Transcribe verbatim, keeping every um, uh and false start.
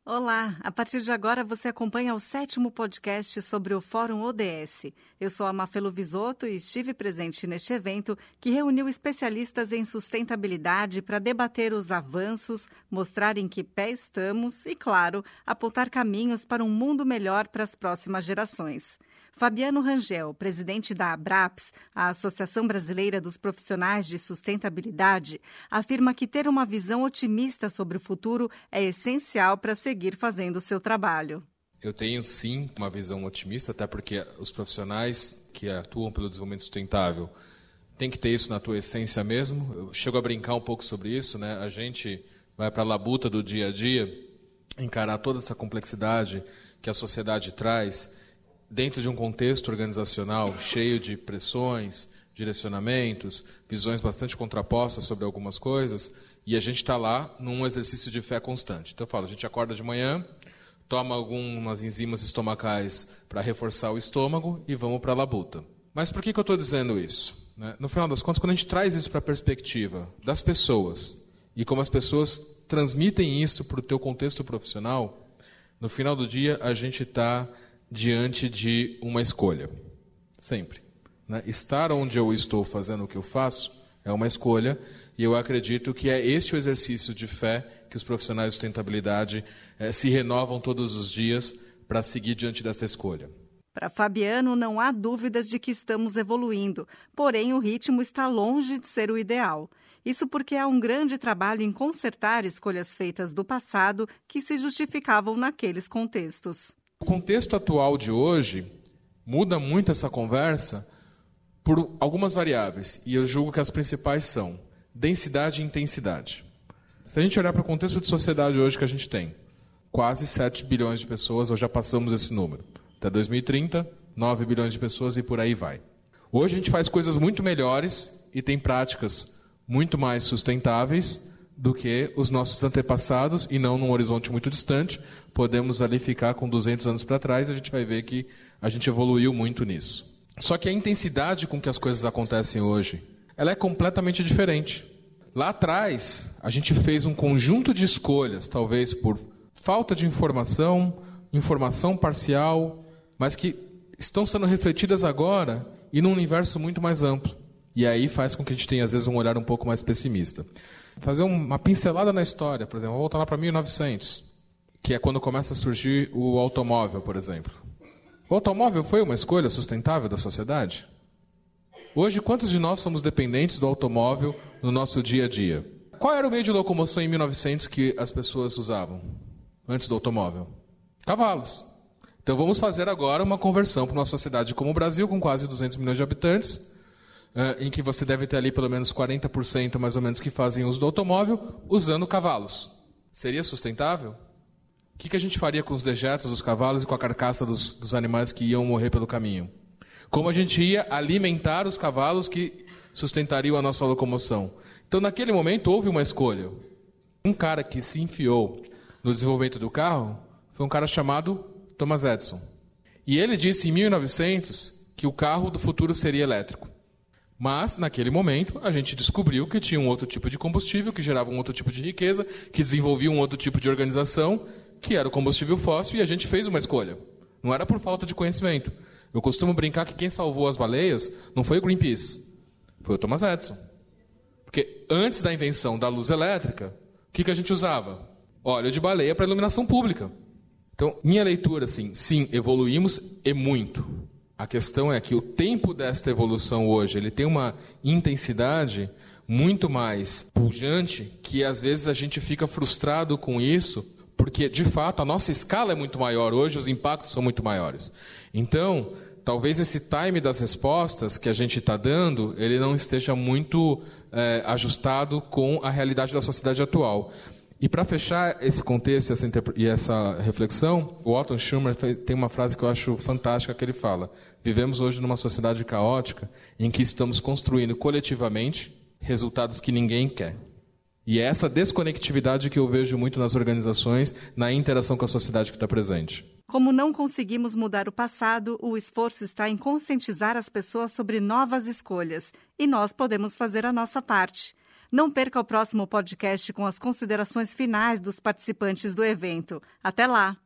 Olá, a partir de agora você acompanha o sétimo podcast sobre o Fórum O D S. Eu sou a Mafelo Visoto e estive presente neste evento que reuniu especialistas em sustentabilidade para debater os avanços, mostrar em que pé estamos e, claro, apontar caminhos para um mundo melhor para as próximas gerações. Fabiano Rangel, presidente da ABRAPS, a Associação Brasileira dos Profissionais de Sustentabilidade, afirma que ter uma visão otimista sobre o futuro é essencial para seguir fazendo o seu trabalho. Eu tenho, sim, uma visão otimista, até porque os profissionais que atuam pelo desenvolvimento sustentável têm que ter isso na tua essência mesmo. Eu chego a brincar um pouco sobre isso, né? A gente vai para a labuta do dia a dia, encarar toda essa complexidade que a sociedade traz, dentro de um contexto organizacional cheio de pressões, direcionamentos, visões bastante contrapostas sobre algumas coisas, e a gente está lá num exercício de fé constante. Então eu falo, a gente acorda de manhã, toma algumas enzimas estomacais para reforçar o estômago e vamos para a labuta. Mas por que, que eu estou dizendo isso? Né? No final das contas, quando a gente traz isso para a perspectiva das pessoas, e como as pessoas transmitem isso para o teu contexto profissional, no final do dia a gente está diante de uma escolha, sempre. Né? Estar onde eu estou fazendo o que eu faço é uma escolha, e eu acredito que é esse o exercício de fé que os profissionais de sustentabilidade eh, se renovam todos os dias para seguir diante desta escolha. Para Fabiano, não há dúvidas de que estamos evoluindo, porém o ritmo está longe de ser o ideal. Isso porque há um grande trabalho em consertar escolhas feitas do passado que se justificavam naqueles contextos. O contexto atual de hoje muda muito essa conversa por algumas variáveis, e eu julgo que as principais são densidade e intensidade. Se a gente olhar para o contexto de sociedade hoje que a gente tem, quase sete bilhões de pessoas, ou já passamos esse número. Até dois mil e trinta, nove bilhões de pessoas e por aí vai. Hoje a gente faz coisas muito melhores e tem práticas muito mais sustentáveis do que os nossos antepassados, e não num horizonte muito distante. Podemos ali ficar com duzentos anos para trás, e a gente vai ver que a gente evoluiu muito nisso. Só que a intensidade com que as coisas acontecem hoje, ela é completamente diferente. Lá atrás, a gente fez um conjunto de escolhas, talvez por falta de informação, informação parcial, mas que estão sendo refletidas agora e num universo muito mais amplo. E aí faz com que a gente tenha, às vezes, um olhar um pouco mais pessimista. Fazer uma pincelada na história, por exemplo, vou voltar lá para mil e novecentos, que é quando começa a surgir o automóvel, por exemplo. O automóvel foi uma escolha sustentável da sociedade? Hoje, quantos de nós somos dependentes do automóvel no nosso dia a dia? Qual era o meio de locomoção em mil e novecentos que as pessoas usavam antes do automóvel? Cavalos. Então vamos fazer agora uma conversão para uma sociedade como o Brasil, com quase duzentos milhões de habitantes, em que você deve ter ali pelo menos quarenta por cento mais ou menos que fazem uso do automóvel, usando cavalos. Seria sustentável? O que a gente faria com os dejetos dos cavalos e com a carcaça dos, dos animais que iam morrer pelo caminho? Como a gente ia alimentar os cavalos que sustentariam a nossa locomoção? Então, naquele momento, houve uma escolha. Um cara que se enfiou no desenvolvimento do carro foi um cara chamado Thomas Edison. E ele disse em mil e novecentos que o carro do futuro seria elétrico. Mas, naquele momento, a gente descobriu que tinha um outro tipo de combustível, que gerava um outro tipo de riqueza, que desenvolvia um outro tipo de organização, que era o combustível fóssil, e a gente fez uma escolha. Não era por falta de conhecimento. Eu costumo brincar que quem salvou as baleias não foi o Greenpeace, foi o Thomas Edison. Porque antes da invenção da luz elétrica, o que, que a gente usava? Óleo de baleia para iluminação pública. Então, minha leitura, assim, sim, evoluímos e muito. A questão é que o tempo desta evolução hoje, ele tem uma intensidade muito mais pujante, que às vezes a gente fica frustrado com isso, porque, de fato, a nossa escala é muito maior hoje, os impactos são muito maiores. Então, talvez esse time das respostas que a gente está dando, ele não esteja muito é, ajustado com a realidade da sociedade atual. E para fechar esse contexto essa e essa reflexão, o Otto Schumer tem uma frase que eu acho fantástica, que ele fala: vivemos hoje numa sociedade caótica em que estamos construindo coletivamente resultados que ninguém quer. E é essa desconectividade que eu vejo muito nas organizações, na interação com a sociedade que está presente. Como não conseguimos mudar o passado, o esforço está em conscientizar as pessoas sobre novas escolhas. E nós podemos fazer a nossa parte. Não perca o próximo podcast com as considerações finais dos participantes do evento. Até lá!